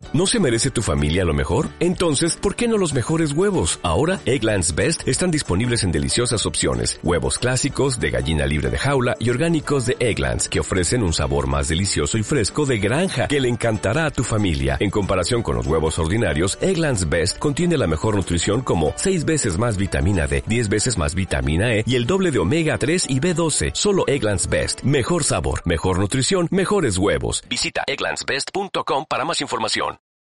¿No se merece tu familia lo mejor? Entonces, ¿por qué no los mejores huevos? Ahora, Eggland's Best están disponibles en deliciosas opciones. Huevos clásicos, de gallina libre de jaula y orgánicos de Eggland's, que ofrecen un sabor más delicioso y fresco de granja que le encantará a tu familia. En comparación con los huevos ordinarios, Eggland's Best contiene la mejor nutrición como 6 veces más vitamina D, 10 veces más vitamina E y el doble de omega 3 y B12. Solo Eggland's Best. Mejor sabor, mejor nutrición, mejores huevos. Visita egglandsbest.com para más información.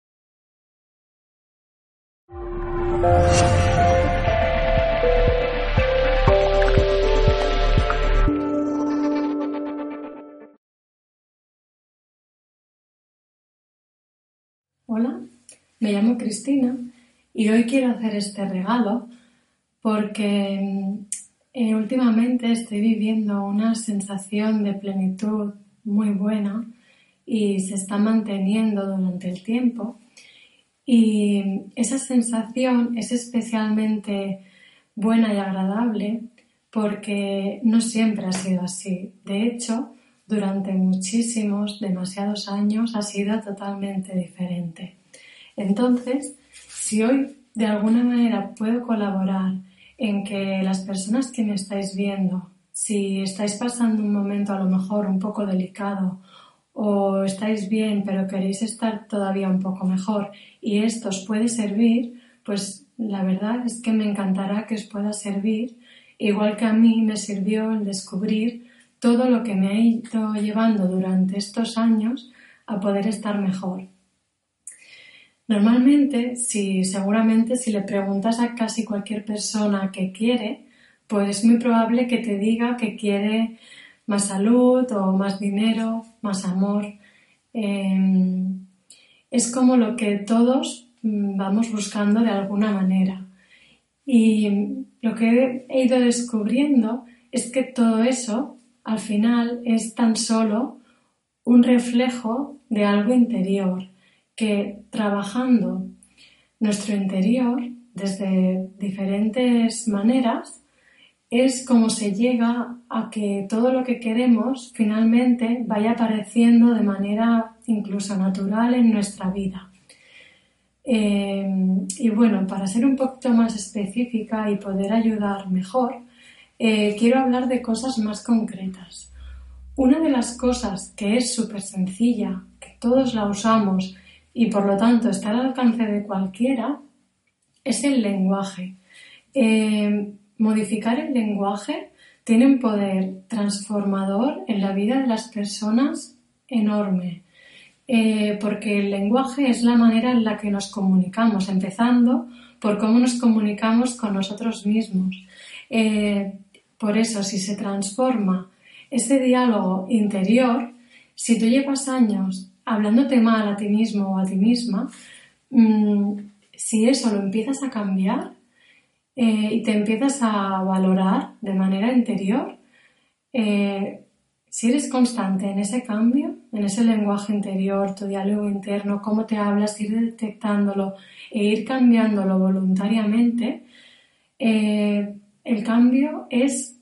Hola, me llamo Cristina y hoy quiero hacer este regalo porque últimamente estoy viviendo una sensación de plenitud muy buena y se está manteniendo durante el tiempo. Y esa sensación es especialmente buena y agradable porque no siempre ha sido así. De hecho, durante demasiados años ha sido totalmente diferente. Entonces, si hoy de alguna manera puedo colaborar en que las personas que me estáis viendo, si estáis pasando un momento a lo mejor un poco delicado o estáis bien pero queréis estar todavía un poco mejor y esto os puede servir, pues la verdad es que me encantará que os pueda servir, igual que a mí me sirvió el descubrir todo lo que me ha ido llevando durante estos años a poder estar mejor. Normalmente, seguramente si le preguntas a casi cualquier persona qué quiere, pues es muy probable que te diga que quiere más salud o más dinero, más amor. Es como lo que todos vamos buscando de alguna manera. Y lo que he ido descubriendo es que todo eso, al final, es tan solo un reflejo de algo interior, que trabajando nuestro interior desde diferentes maneras, es como se llega a que todo lo que queremos finalmente vaya apareciendo de manera incluso natural en nuestra vida. Y bueno, para ser un poquito más específica y poder ayudar mejor, quiero hablar de cosas más concretas. Una de las cosas que es súper sencilla, que todos la usamos y por lo tanto está al alcance de cualquiera, es el lenguaje. Modificar el lenguaje tiene un poder transformador en la vida de las personas enorme, porque el lenguaje es la manera en la que nos comunicamos, empezando por cómo nos comunicamos con nosotros mismos. Por eso, si se transforma ese diálogo interior, si tú llevas años hablándote mal a ti mismo o a ti misma, si eso lo empiezas a cambiar, y te empiezas a valorar de manera interior, si eres constante en ese cambio, en ese lenguaje interior, tu diálogo interno, cómo te hablas, ir detectándolo e ir cambiándolo voluntariamente, el cambio es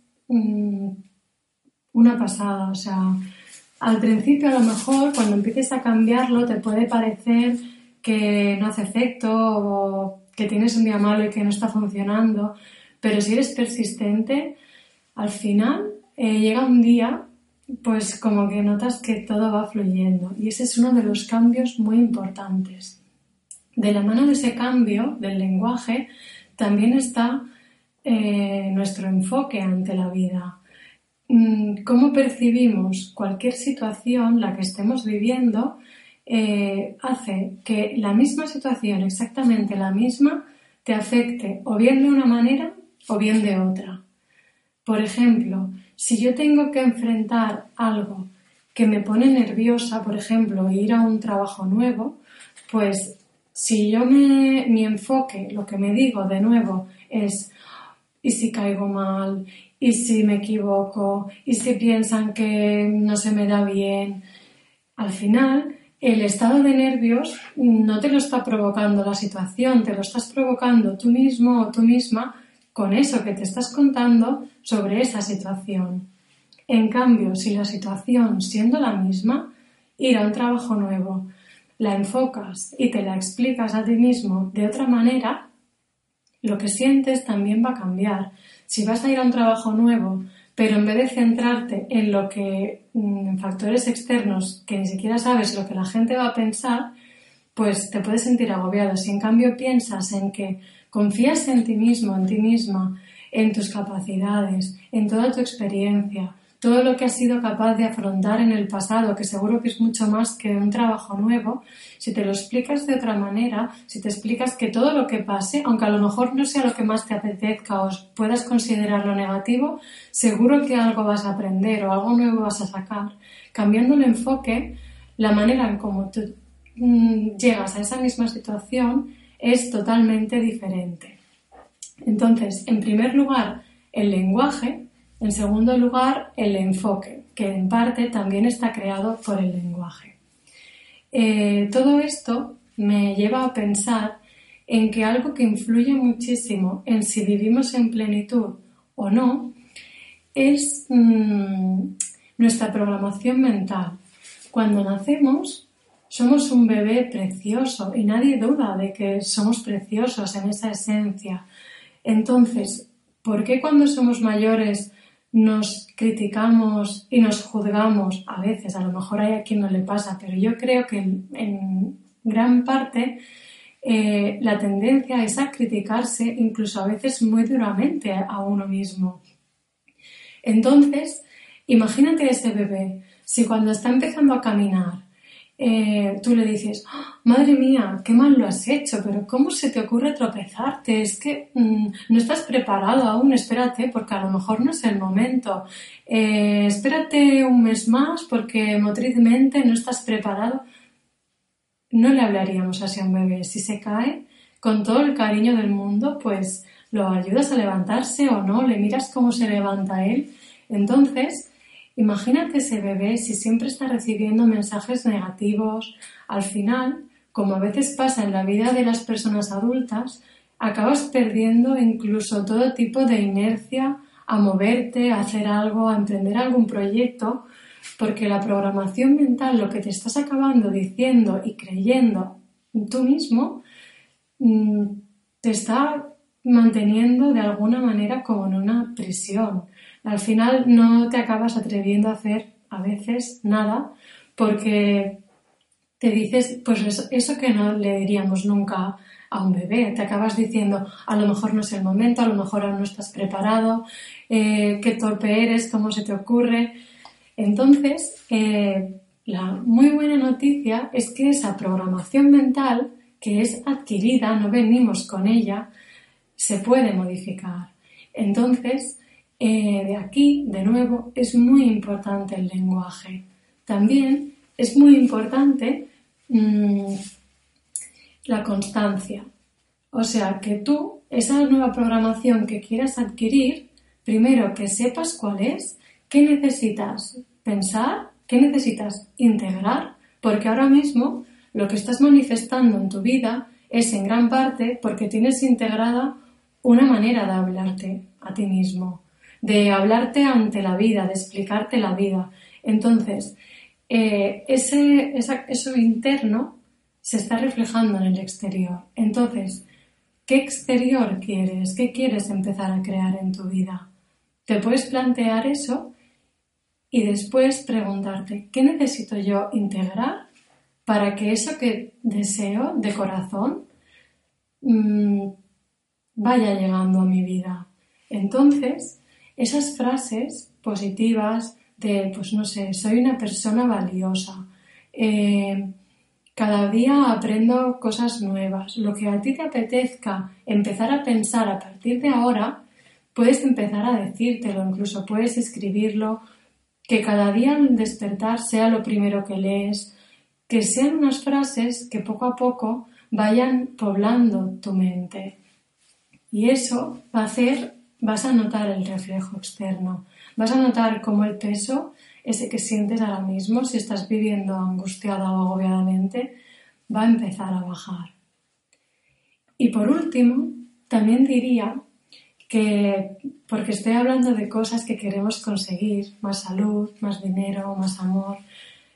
una pasada. O sea, al principio a lo mejor cuando empieces a cambiarlo te puede parecer que no hace efecto o que tienes un día malo y que no está funcionando, pero si eres persistente, al final llega un día pues como que notas que todo va fluyendo y ese es uno de los cambios muy importantes. De la mano de ese cambio del lenguaje también está nuestro enfoque ante la vida. Cómo percibimos cualquier situación, la que estemos viviendo, hace que la misma situación, exactamente la misma, te afecte o bien de una manera o bien de otra. Por ejemplo, si yo tengo que enfrentar algo que me pone nerviosa, por ejemplo, ir a un trabajo nuevo, pues si yo mi enfoque, lo que me digo de nuevo es ¿y si caigo mal? ¿Y si me equivoco? ¿Y si piensan que no se me da bien? Al final, el estado de nervios no te lo está provocando la situación, te lo estás provocando tú mismo o tú misma con eso que te estás contando sobre esa situación. En cambio, si la situación siendo la misma, ir a un trabajo nuevo, la enfocas y te la explicas a ti mismo de otra manera, lo que sientes también va a cambiar. Si vas a ir a un trabajo nuevo, pero en vez de centrarte en lo que, en factores externos que ni siquiera sabes lo que la gente va a pensar, pues te puedes sentir agobiado. Si en cambio piensas en que confías en ti mismo, en ti misma, en tus capacidades, en toda tu experiencia, todo lo que has sido capaz de afrontar en el pasado, que seguro que es mucho más que un trabajo nuevo, si te lo explicas de otra manera, si te explicas que todo lo que pase, aunque a lo mejor no sea lo que más te apetezca o puedas considerarlo negativo, seguro que algo vas a aprender o algo nuevo vas a sacar. Cambiando el enfoque, la manera en cómo tú llegas a esa misma situación es totalmente diferente. Entonces, en primer lugar, el lenguaje. En segundo lugar, el enfoque, que en parte también está creado por el lenguaje. Todo esto me lleva a pensar en que algo que influye muchísimo en si vivimos en plenitud o no es nuestra programación mental. Cuando nacemos somos un bebé precioso y nadie duda de que somos preciosos en esa esencia. Entonces, ¿por qué cuando somos mayores nos criticamos y nos juzgamos? A veces, a lo mejor hay a quien no le pasa, pero yo creo que en gran parte la tendencia es a criticarse, incluso a veces muy duramente a uno mismo. Entonces, imagínate ese bebé, si cuando está empezando a caminar tú le dices, ¡oh, madre mía, qué mal lo has hecho, pero ¿cómo se te ocurre tropezarte? Es que no estás preparado aún, espérate, porque a lo mejor no es el momento. Espérate un mes más porque motrizmente no estás preparado. No le hablaríamos así a un bebé. Si se cae, con todo el cariño del mundo, pues lo ayudas a levantarse o no, le miras cómo se levanta él. Entonces, imagínate ese bebé si siempre está recibiendo mensajes negativos. Al final, como a veces pasa en la vida de las personas adultas, acabas perdiendo incluso todo tipo de inercia a moverte, a hacer algo, a emprender algún proyecto, porque la programación mental, lo que te estás acabando diciendo y creyendo tú mismo, te está manteniendo de alguna manera como en una prisión. Al final no te acabas atreviendo a hacer a veces nada porque te dices pues eso que no le diríamos nunca a un bebé. Te acabas diciendo a lo mejor no es el momento, a lo mejor aún no estás preparado, qué torpe eres, cómo se te ocurre. Entonces, la muy buena noticia es que esa programación mental que es adquirida, no venimos con ella, se puede modificar. Entonces, de aquí, de nuevo, es muy importante el lenguaje. También es muy importante la constancia. O sea, que tú, esa nueva programación que quieras adquirir, primero que sepas cuál es, qué necesitas pensar, qué necesitas integrar, porque ahora mismo lo que estás manifestando en tu vida es en gran parte porque tienes integrada una manera de hablarte a ti mismo, de hablarte ante la vida, de explicarte la vida. Entonces, eso interno se está reflejando en el exterior. Entonces, ¿qué exterior quieres? ¿Qué quieres empezar a crear en tu vida? Te puedes plantear eso y después preguntarte, ¿qué necesito yo integrar para que eso que deseo de corazón vaya llegando a mi vida? Entonces, esas frases positivas de, pues no sé, soy una persona valiosa, cada día aprendo cosas nuevas, lo que a ti te apetezca empezar a pensar a partir de ahora, puedes empezar a decírtelo, incluso puedes escribirlo, que cada día al despertar sea lo primero que lees, que sean unas frases que poco a poco vayan poblando tu mente. Y eso va a hacer, vas a notar el reflejo externo, vas a notar cómo el peso, ese que sientes ahora mismo, si estás viviendo angustiada o agobiadamente, va a empezar a bajar. Y por último, también diría que, porque estoy hablando de cosas que queremos conseguir, más salud, más dinero, más amor,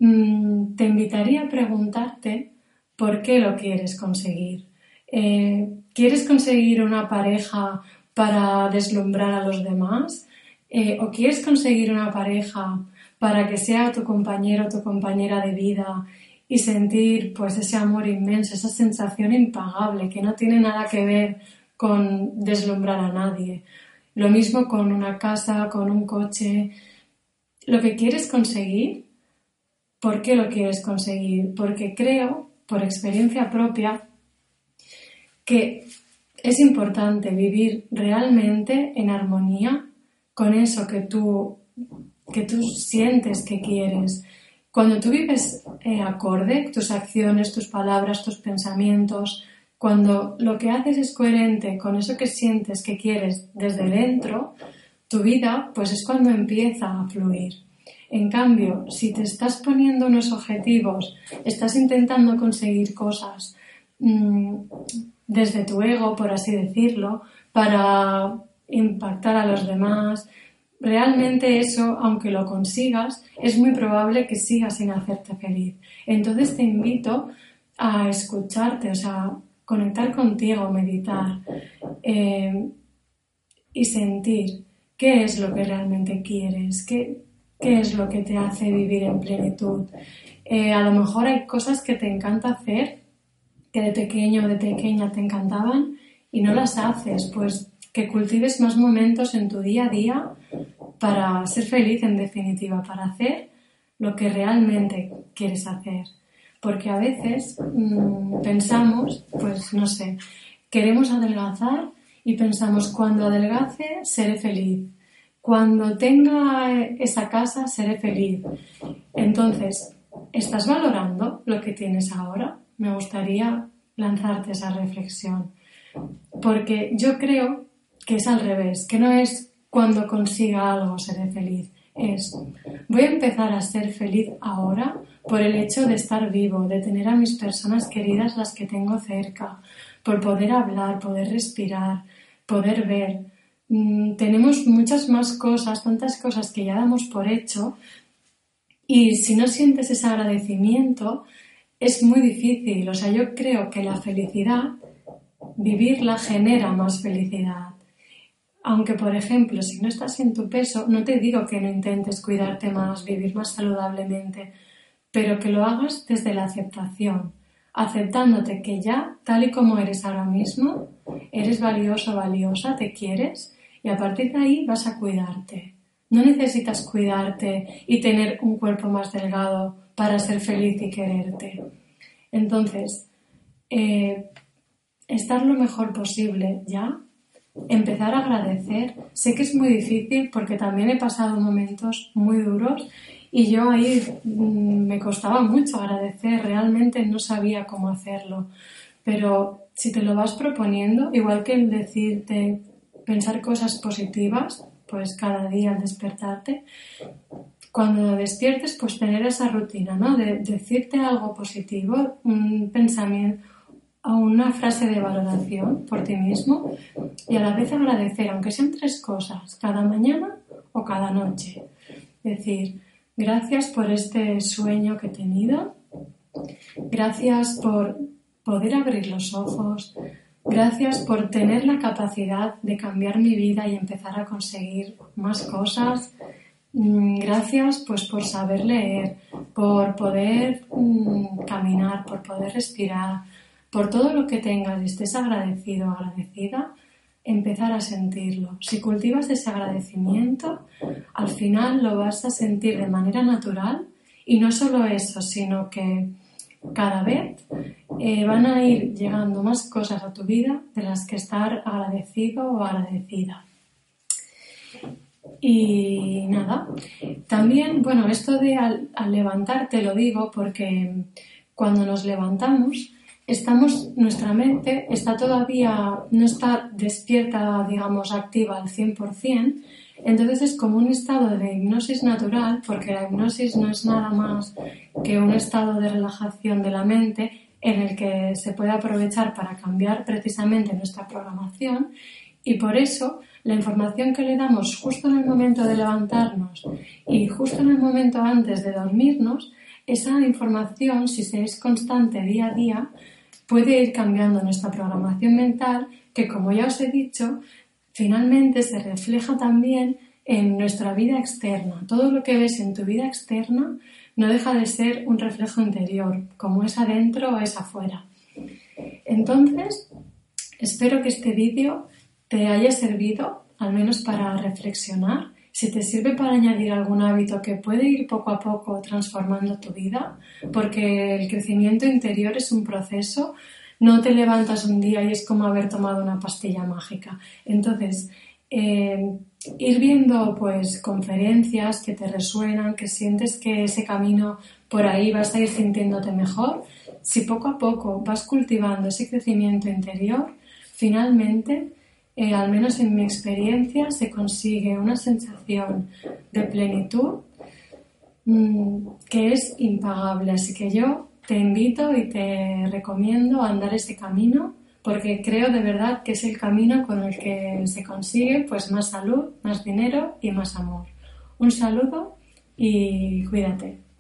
te invitaría a preguntarte por qué lo quieres conseguir. ¿Quieres conseguir una pareja para deslumbrar a los demás? ¿O quieres conseguir una pareja para que sea tu compañero o tu compañera de vida y sentir pues ese amor inmenso, esa sensación impagable que no tiene nada que ver con deslumbrar a nadie? Lo mismo con una casa, con un coche. Lo que quieres conseguir, ¿por qué lo quieres conseguir? Porque creo, por experiencia propia, que es importante vivir realmente en armonía con eso que tú sientes que quieres. Cuando tú vives acorde, tus acciones, tus palabras, tus pensamientos, cuando lo que haces es coherente con eso que sientes que quieres desde dentro, tu vida pues es cuando empieza a fluir. En cambio, si te estás poniendo unos objetivos, estás intentando conseguir cosas desde tu ego, por así decirlo, para impactar a los demás, realmente eso, aunque lo consigas, es muy probable que sigas sin hacerte feliz. Entonces te invito a escucharte, o sea, conectar contigo, meditar y sentir qué es lo que realmente quieres, qué es lo que te hace vivir en plenitud. A lo mejor hay cosas que te encanta hacer, que de pequeño o de pequeña te encantaban y no las haces, pues que cultives más momentos en tu día a día para ser feliz, en definitiva, para hacer lo que realmente quieres hacer. Porque a veces pensamos, pues no sé, queremos adelgazar y pensamos, cuando adelgace seré feliz, cuando tenga esa casa seré feliz. Entonces, ¿estás valorando lo que tienes ahora? Me gustaría lanzarte esa reflexión. Porque yo creo que es al revés, que no es cuando consiga algo seré feliz, es voy a empezar a ser feliz ahora por el hecho de estar vivo, de tener a mis personas queridas, las que tengo cerca, por poder hablar, poder respirar, poder ver. Tenemos muchas más cosas, tantas cosas que ya damos por hecho, y si no sientes ese agradecimiento es muy difícil. O sea, yo creo que la felicidad, vivirla genera más felicidad. Aunque, por ejemplo, si no estás en tu peso, no te digo que no intentes cuidarte más, vivir más saludablemente, pero que lo hagas desde la aceptación, aceptándote que ya, tal y como eres ahora mismo, eres valioso, valiosa, te quieres y a partir de ahí vas a cuidarte. No necesitas cuidarte y tener un cuerpo más delgado para ser feliz y quererte. Entonces, estar lo mejor posible ya, empezar a agradecer. Sé que es muy difícil porque también he pasado momentos muy duros y yo ahí me costaba mucho agradecer, realmente no sabía cómo hacerlo. Pero si te lo vas proponiendo, igual que el decirte, pensar cosas positivas, pues cada día al despertarte, cuando despiertes, pues tener esa rutina, ¿no? De decirte algo positivo, un pensamiento o una frase de valoración por ti mismo y a la vez agradecer, aunque sean 3 cosas, cada mañana o cada noche. Decir, gracias por este sueño que he tenido, gracias por poder abrir los ojos, gracias por tener la capacidad de cambiar mi vida y empezar a conseguir más cosas. Gracias pues por saber leer, por poder caminar, por poder respirar, por todo lo que tengas y estés agradecido o agradecida, empezar a sentirlo. Si cultivas ese agradecimiento, al final lo vas a sentir de manera natural y no solo eso, sino que cada vez van a ir llegando más cosas a tu vida de las que estar agradecido o agradecida. Y nada, también, bueno, esto de al levantarte lo digo porque cuando nos levantamos, nuestra mente está todavía, no está despierta, digamos, activa al 100%, entonces es como un estado de hipnosis natural, porque la hipnosis no es nada más que un estado de relajación de la mente en el que se puede aprovechar para cambiar precisamente nuestra programación y por eso la información que le damos justo en el momento de levantarnos y justo en el momento antes de dormirnos esa información, si se es constante día a día, puede ir cambiando nuestra programación mental, que como ya os he dicho, finalmente se refleja también en nuestra vida externa. Todo lo que ves en tu vida externa no deja de ser un reflejo interior, como es adentro o es afuera. Entonces, espero que este vídeo te haya servido, al menos para reflexionar. Si te sirve para añadir algún hábito que puede ir poco a poco transformando tu vida, porque el crecimiento interior es un proceso, no te levantas un día y es como haber tomado una pastilla mágica. Entonces, ir viendo pues conferencias que te resuenan, que sientes que ese camino por ahí vas a ir sintiéndote mejor. Si poco a poco vas cultivando ese crecimiento interior, finalmente, al menos en mi experiencia, se consigue una sensación de plenitud que es impagable. Así que yo te invito y te recomiendo andar ese camino, porque creo de verdad que es el camino con el que se consigue pues más salud, más dinero y más amor. Un saludo y cuídate.